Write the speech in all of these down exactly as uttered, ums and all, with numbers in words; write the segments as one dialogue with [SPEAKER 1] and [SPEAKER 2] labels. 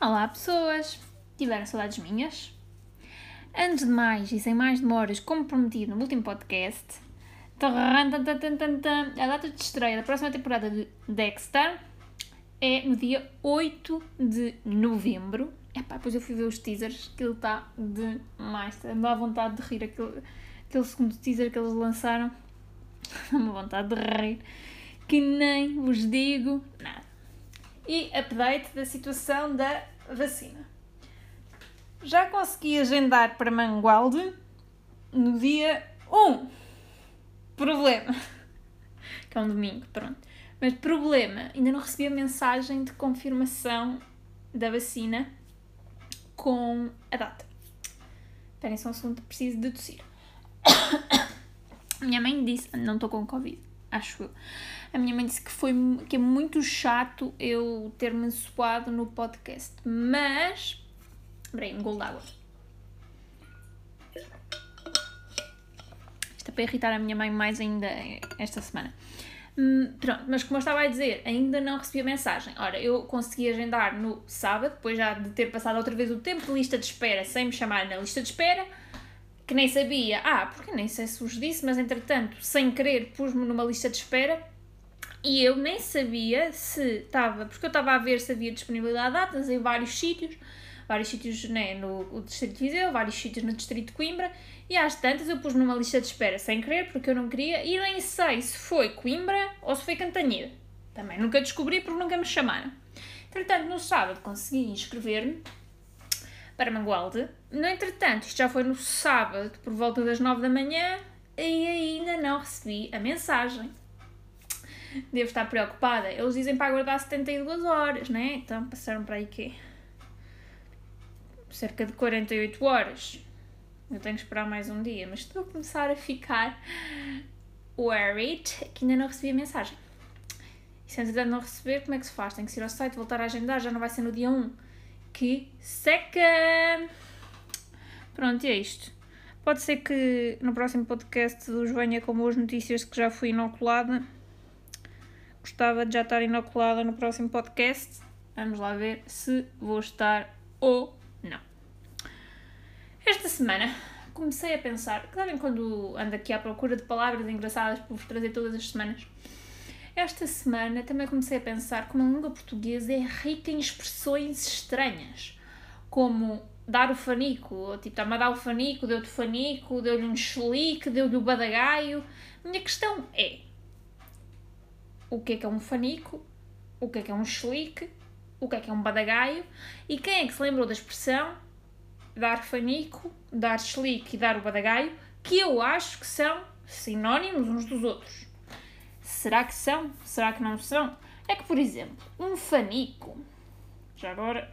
[SPEAKER 1] Olá pessoas, tiveram saudades minhas? Antes de mais e sem mais demoras, como prometido no último podcast, a data de estreia da próxima temporada de Dexter é no dia oito de novembro. Epá, depois eu fui ver os teasers, aquilo está demais, me dá vontade de rir, aquele, aquele segundo teaser que eles lançaram, dá-me vontade de rir, que nem vos digo nada. E update da situação da vacina. Já consegui agendar para Mangualde no dia um. Problema. Que é um domingo, pronto. Mas problema, ainda não recebi a mensagem de confirmação da vacina com a data. Esperem só um segundo, preciso de tossir. A minha mãe disse, não estou com Covid, acho eu. A minha mãe disse que, foi, que é muito chato eu ter-me suado no podcast. Mas... Peraí, um golo de água. Isto é para irritar a minha mãe mais ainda esta semana. Hum, pronto, mas como eu estava a dizer, ainda não recebi a mensagem. Ora, eu consegui agendar no sábado, depois já de ter passado outra vez o tempo de lista de espera, sem me chamar na lista de espera, que nem sabia. Ah, porque nem sei se vos disse, mas entretanto, sem querer, pus-me numa lista de espera. E eu nem sabia se estava, porque eu estava a ver se havia disponibilidade de datas em vários sítios, vários sítios né, no Distrito de Viseu, vários sítios no Distrito de Coimbra, e às tantas eu pus numa lista de espera sem querer, porque eu não queria, e nem sei se foi Coimbra ou se foi Cantanhede. Também nunca descobri porque nunca me chamaram. Entretanto, no sábado consegui inscrever-me para Mangualde. No entretanto, isto já foi no sábado, por volta das nove da manhã, e ainda não recebi a mensagem. Devo estar preocupada. Eles dizem para aguardar setenta e duas horas, né? Então passaram para aí quê? Cerca de quarenta e oito horas. Eu tenho que esperar mais um dia, mas estou a começar a ficar worried que ainda não recebi a mensagem. E se entretanto não receber, como é que se faz? Tem que ir ao site, voltar a agendar, já não vai ser no dia um. Que seca! Pronto, e é isto. Pode ser que no próximo podcast vos venha com boas notícias que já fui inoculada. Gostava de já estar inoculada no próximo podcast. Vamos lá ver se vou estar ou não. Esta semana comecei a pensar, que sabem quando ando aqui à procura de palavras engraçadas para vos trazer todas as semanas? Esta semana também comecei a pensar como a língua portuguesa é rica em expressões estranhas. Como dar o fanico, tipo, está-me a dar o fanico, deu-te o fanico, deu-lhe um chelique, deu-lhe o badagaio. A minha questão é, o que é que é um fanico, o que é que é um chelique, o que é que é um badagaio, e quem é que se lembrou da expressão dar fanico, dar chelique e dar o badagaio, que eu acho que são sinónimos uns dos outros. Será que são? Será que não são? É que, por exemplo, um fanico, já agora,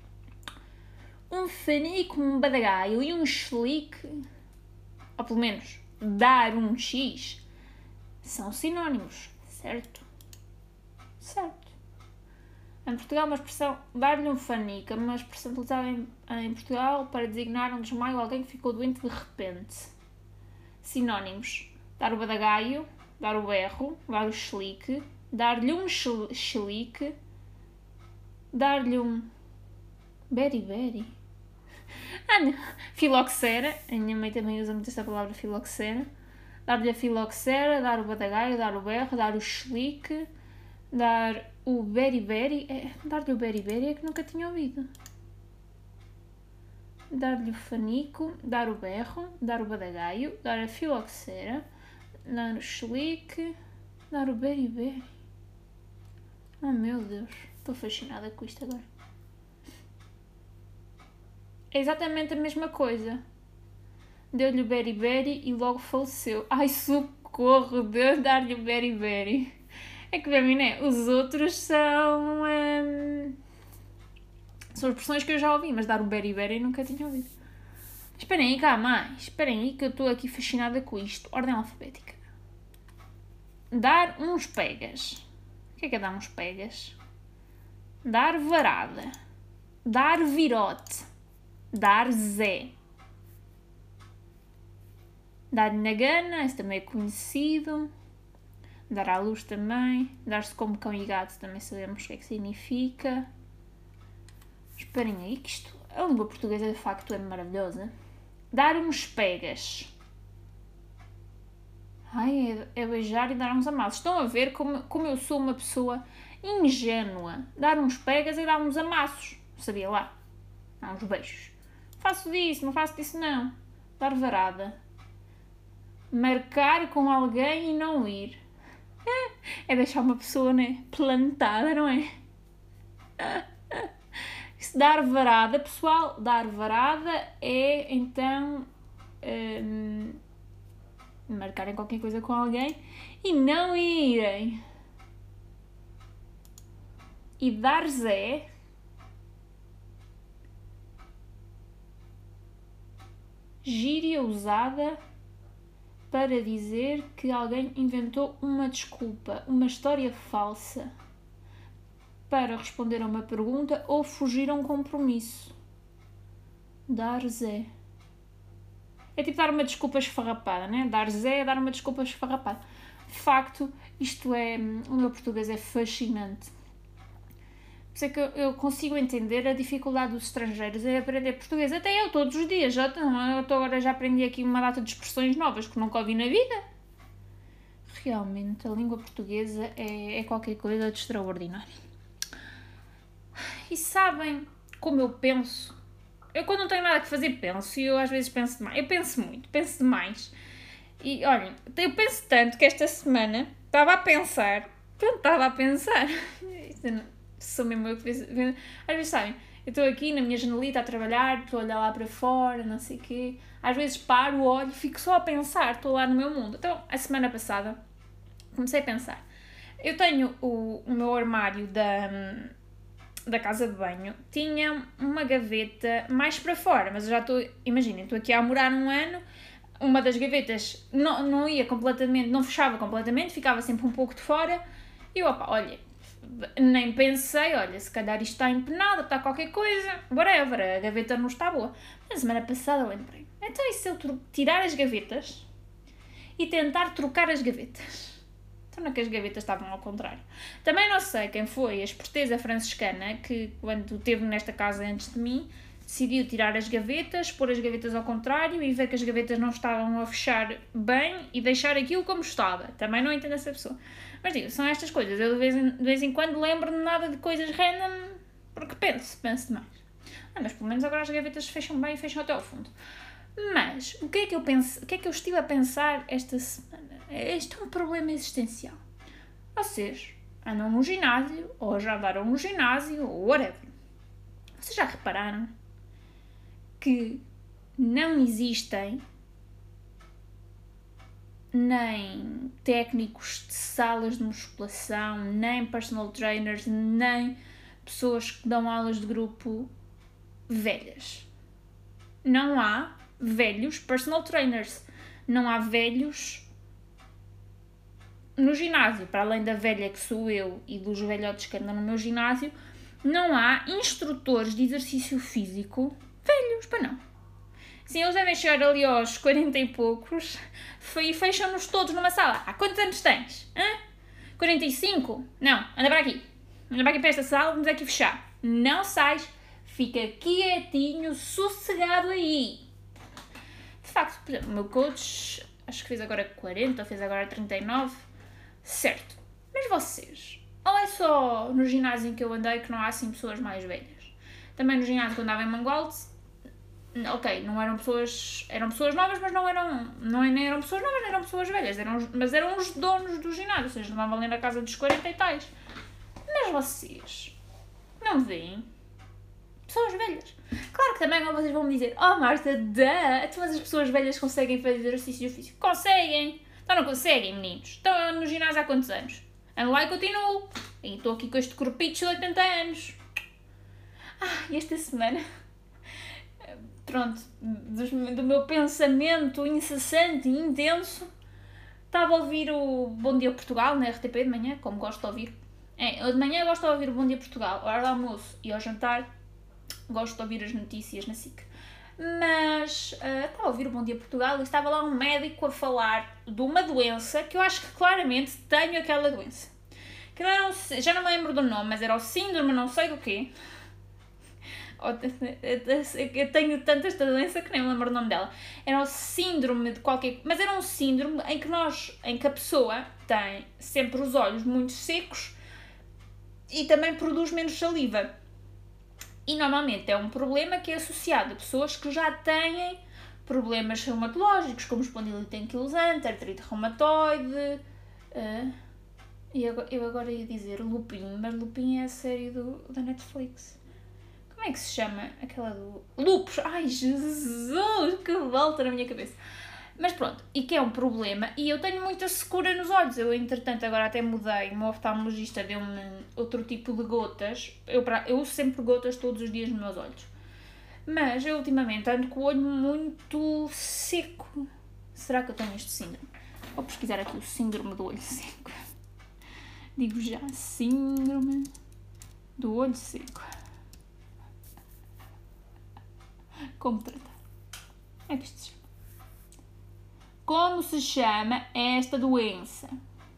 [SPEAKER 1] um fanico, um badagaio e um chelique, ou pelo menos dar um X, são sinónimos. Certo? Certo. Em Portugal, uma expressão dar-lhe um fanico, uma expressão utilizada em, em Portugal para designar um desmaio a alguém que ficou doente de repente. Sinónimos: dar o badagaio, dar o berro, dar o chelique, dar-lhe um chelique, dar-lhe um beri-beri. Ah, não. Filoxera. A minha mãe também usa muito esta palavra, filoxera. Dar-lhe a filoxera, dar o badagaio, dar o berro, dar o chelique, dar o beri-beri. É, dar-lhe o beri-beri é que nunca tinha ouvido. Dar-lhe o fanico, dar o berro, dar o badagaio, dar a filoxera, dar o chelique, dar o beri-beri. Oh meu Deus, estou fascinada com isto agora. É exatamente a mesma coisa. Deu-lhe o beri-beri e logo faleceu. Ai, socorro, Deus, dar-lhe o beri-beri. É que para mim, né? Os outros são... Hum, são expressões que eu já ouvi, mas dar o beri-beri nunca tinha ouvido. Esperem aí, cá há mais. Esperem aí que eu estou aqui fascinada com isto. Ordem alfabética. Dar uns pegas. O que é que é dar uns pegas? Dar varada. Dar virote. Dar Zé. Dar-lhe na gana, esse também é conhecido. Dar à luz também. Dar-se como cão e gato também sabemos o que é que significa. Esperem aí que isto... A língua portuguesa, de facto, é maravilhosa. Dar uns pegas. Ai, é, é beijar e dar uns amassos. Estão a ver como, como eu sou uma pessoa ingênua. Dar uns pegas e dar uns amassos. Sabia lá. Dar uns beijos. Faço disso, não faço disso não. Dar varada. Marcar com alguém e não ir. É deixar uma pessoa, né, plantada, não é? Se dar varada, pessoal, dar varada é então hum, marcarem qualquer coisa com alguém e não irem. E dar Zé gíria usada para dizer que alguém inventou uma desculpa, uma história falsa para responder a uma pergunta ou fugir a um compromisso. Dar Zé. É tipo dar uma desculpa esfarrapada, né? Dar Zé é dar uma desculpa esfarrapada. De facto, isto é... O meu português é fascinante. Por isso é que eu consigo entender a dificuldade dos estrangeiros em aprender português. Até eu, todos os dias. Já, eu agora já aprendi aqui uma data de expressões novas que nunca ouvi na vida. Realmente, a língua portuguesa é, é qualquer coisa de extraordinário. E sabem como eu penso? Eu quando não tenho nada que fazer penso, e eu às vezes penso demais. Eu penso muito, penso demais. E olhem, eu penso tanto que esta semana estava a pensar, pronto, estava a pensar, sou mesmo eu que penso, às vezes sabem, eu estou aqui na minha janelita a trabalhar, estou a olhar lá para fora, não sei o quê, às vezes paro, olho, fico só a pensar, estou lá no meu mundo. Então, a semana passada, comecei a pensar, eu tenho o, o meu armário da... da casa de banho, tinha uma gaveta mais para fora, mas eu já estou, imaginem, estou aqui a morar um ano, uma das gavetas não, não ia completamente, não fechava completamente, ficava sempre um pouco de fora, e eu, opa, olha, nem pensei, olha, se calhar isto está empenado, está qualquer coisa, whatever, a gaveta não está boa. Na semana passada lembrei, então e se eu tirar as gavetas e tentar trocar as gavetas? Não é que as gavetas estavam ao contrário. Também não sei quem foi a esperteza franciscana que, quando esteve nesta casa antes de mim, decidiu tirar as gavetas, pôr as gavetas ao contrário e ver que as gavetas não estavam a fechar bem e deixar aquilo como estava. Também não entendo essa pessoa. Mas digo, são estas coisas. Eu de vez em, de vez em quando lembro-me nada de coisas random porque penso, penso demais. Ah, mas pelo menos agora as gavetas se fecham bem e fecham até ao fundo. Mas, o que é que eu penso, o que é que eu estive a pensar esta semana? Este é um problema existencial. Vocês andam no ginásio, ou já andaram no ginásio, ou whatever. Vocês já repararam que não existem nem técnicos de salas de musculação, nem personal trainers, nem pessoas que dão aulas de grupo velhas. Não há velhos personal trainers. Não há velhos no ginásio. Para além da velha que sou eu e dos velhotes que andam no meu ginásio, não há instrutores de exercício físico velhos, para não. Sim, eles devem chegar ali aos quarenta e poucos e fecham-nos todos numa sala. Há quantos anos tens? Hã? quarenta e cinco? Não, anda para aqui. Anda para aqui para esta sala, vamos aqui fechar. Não sais, fica quietinho, sossegado aí. De facto, por exemplo, o meu coach, acho que fez agora quarenta, fez agora trinta e nove. Certo. Mas vocês, ou é só no ginásio em que eu andei que não há assim pessoas mais velhas? Também no ginásio que eu andava em Mangualde, ok, não eram pessoas, eram pessoas novas, mas não eram, não, nem eram pessoas novas, nem eram pessoas velhas, eram, mas eram os donos do ginásio, ou seja, andavam ali na casa dos quarenta e tais. Mas vocês não veem pessoas velhas? Claro que também vocês vão me dizer, oh Marta, duh, mas as pessoas velhas conseguem fazer exercício físico. Conseguem! Então não conseguem, meninos. Estão no ginásio há quantos anos? Ando lá e continuo. E estou aqui com este corpite de oitenta anos. Ah, e esta semana, pronto, do meu pensamento incessante e intenso, estava a ouvir o Bom Dia Portugal na R T P de manhã, como gosto de ouvir. É, eu de manhã gosto de ouvir o Bom Dia Portugal, à hora do almoço e ao jantar gosto de ouvir as notícias na S I C. Mas uh, estava a ouvir o Bom Dia Portugal e estava lá um médico a falar de uma doença que eu acho que claramente tenho aquela doença. Que não era um, já não me lembro do nome, mas era o síndrome não sei do quê. Eu tenho tanto esta doença que nem me lembro o nome dela. Era um síndrome de qualquer... Mas era um síndrome em que nós, em que a pessoa tem sempre os olhos muito secos e também produz menos saliva. E normalmente é um problema que é associado a pessoas que já têm problemas reumatológicos, como espondilite anquilosante, artrite reumatoide... Uh, e eu agora ia dizer Lupin, mas Lupin é a série do, da Netflix. Como é que se chama aquela do... Lupus! Ai, Jesus! Que volta na minha cabeça! Mas pronto, e que é um problema, e eu tenho muita secura nos olhos. Eu, entretanto, agora até mudei, o meu oftalmologista deu-me outro tipo de gotas. Eu, eu uso sempre gotas todos os dias nos meus olhos. Mas eu, ultimamente, ando com o olho muito seco. Será que eu tenho este síndrome? Vou pesquisar aqui o síndrome do olho seco. Digo já, síndrome do olho seco. Como tratar? É que isto se chama. Como se chama esta doença?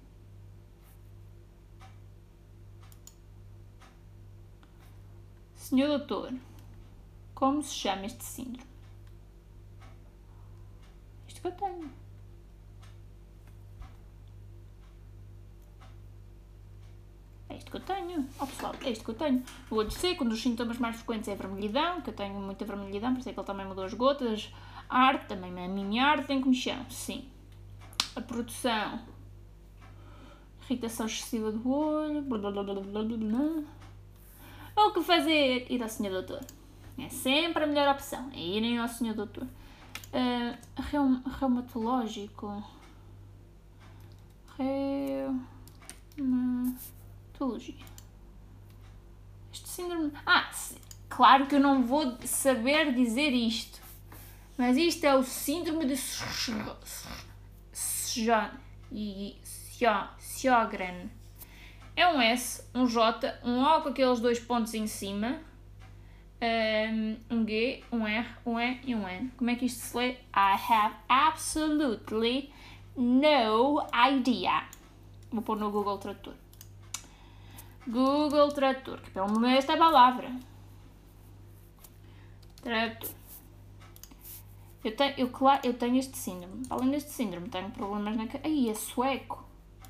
[SPEAKER 1] Senhor doutor, como se chama este síndrome? Isto que eu tenho. É isto que eu tenho. Oh pessoal, é isto que eu tenho. O olho seco, um dos sintomas mais frequentes é a vermelhidão, que eu tenho muita vermelhidão, por isso é que ele também mudou as gotas. A arte, também a minha arte tem comichão, sim. A produção. Irritação excessiva do olho. Blá, blá, blá, blá, blá, blá. O que fazer? Ir ao senhor doutor. É sempre a melhor opção. É irem ao senhor doutor. Uh, reum, reumatológico. Reumatologia. Este síndrome... Ah, claro que eu não vou saber dizer isto. Mas isto é o síndrome de Sjögren. É um S, um J, um O com aqueles dois pontos em cima, um G, um R, um E e um N. Como é que isto se lê? I have absolutely no idea. Vou pôr no Google Tradutor. Google Tradutor, que pelo menos esta palavra. Tradutor. Eu tenho, eu, claro, eu tenho este síndrome. Além deste síndrome, tenho problemas na cabeça. Ai, é sueco.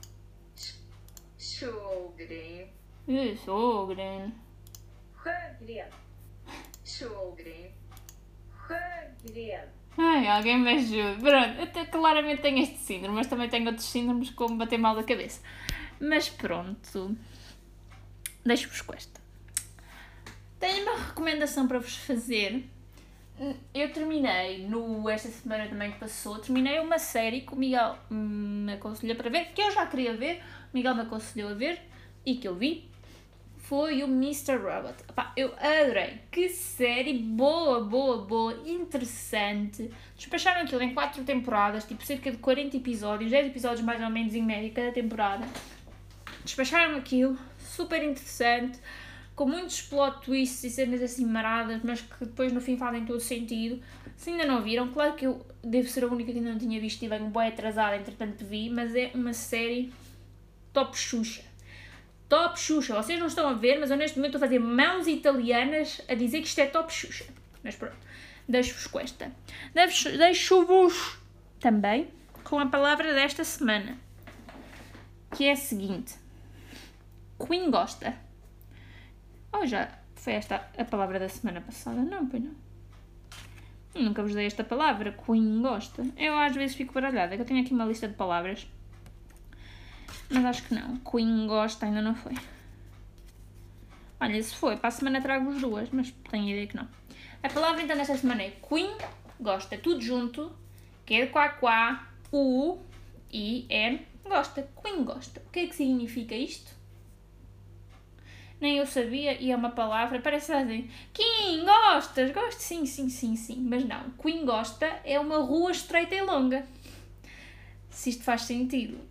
[SPEAKER 2] Sjögren.
[SPEAKER 1] Uh, Sjögren.
[SPEAKER 2] Sjögren. Sjögren. Sjögren.
[SPEAKER 1] Ai, alguém me ajude. Pronto, eu te, claramente tenho este síndrome, mas também tenho outros síndromes como bater mal da cabeça. Mas pronto. Deixo-vos com esta. Tenho uma recomendação para vos fazer. Eu terminei, no, esta semana também que passou, terminei uma série que o Miguel me aconselhou para ver, que eu já queria ver, o Miguel me aconselhou a ver e que eu vi, foi o mister Robot. Epá, eu adorei, que série boa, boa, boa, interessante. Despacharam aquilo em quatro temporadas, tipo cerca de quarenta episódios, dez episódios mais ou menos em média cada temporada. Despacharam aquilo, super interessante. Com muitos plot twists e cenas assim maradas, mas que depois no fim fazem todo sentido. Se ainda não viram, claro que eu devo ser a única que ainda não tinha visto e venho bem atrasada, entretanto vi, mas é uma série top Xuxa. Top Xuxa. Vocês não estão a ver, mas eu neste momento estou a fazer mãos italianas a dizer que isto é top Xuxa. Mas pronto, deixo-vos com esta. Deixo-vos também com a palavra desta semana, que é a seguinte. Queen gosta. Oh, já foi esta a palavra da semana passada? Não, pois não. Eu nunca vos dei esta palavra. Queen gosta. Eu às vezes fico baralhada, que eu tenho aqui uma lista de palavras. Mas acho que não. Queen gosta ainda não foi. Olha, se foi, para a semana trago-vos duas, mas tenho a ideia que não. A palavra então desta semana é Queen gosta. Tudo junto. Quer quá quá, U, I, N, gosta. Queen gosta. O que é que significa isto? Nem eu sabia, e é uma palavra, parece assim, Queen, gostas? Gosto, sim, sim, sim, sim, mas não, Queen gosta é uma rua estreita e longa, se isto faz sentido.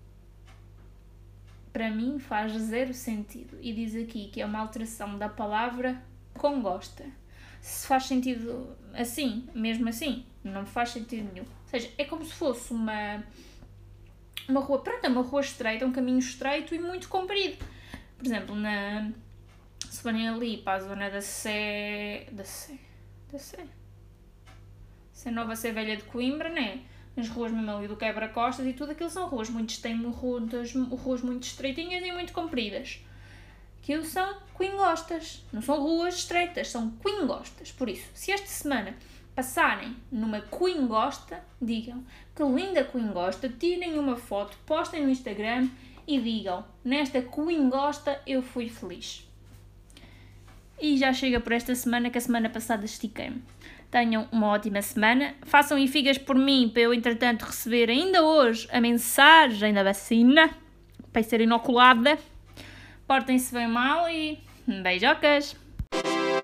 [SPEAKER 1] Para mim faz zero sentido, e diz aqui que é uma alteração da palavra com gosta. Se faz sentido assim, mesmo assim, não faz sentido nenhum. Ou seja, é como se fosse uma, uma rua, pronto, uma rua estreita, um caminho estreito e muito comprido. Por exemplo, na, se forem ali para a zona da Sé... da Sé... da Sé... Sé Nova, Sé Velha de Coimbra, né? As ruas mesmo ali do Quebra-Costas e tudo aquilo são ruas muito, têm ruas, ruas muito estreitinhas e muito compridas. Aquilo são quingostas, não são ruas estreitas, são quingostas. Por isso, se esta semana passarem numa quingosta, digam que linda quingosta, tirem uma foto, postem no Instagram e digam, nesta quingosta eu fui feliz. E já chega por esta semana, que a semana passada estiquei-me. Tenham uma ótima semana. Façam infigas por mim para eu, entretanto, receber ainda hoje a mensagem da vacina para ser inoculada. Portem-se bem mal e beijocas!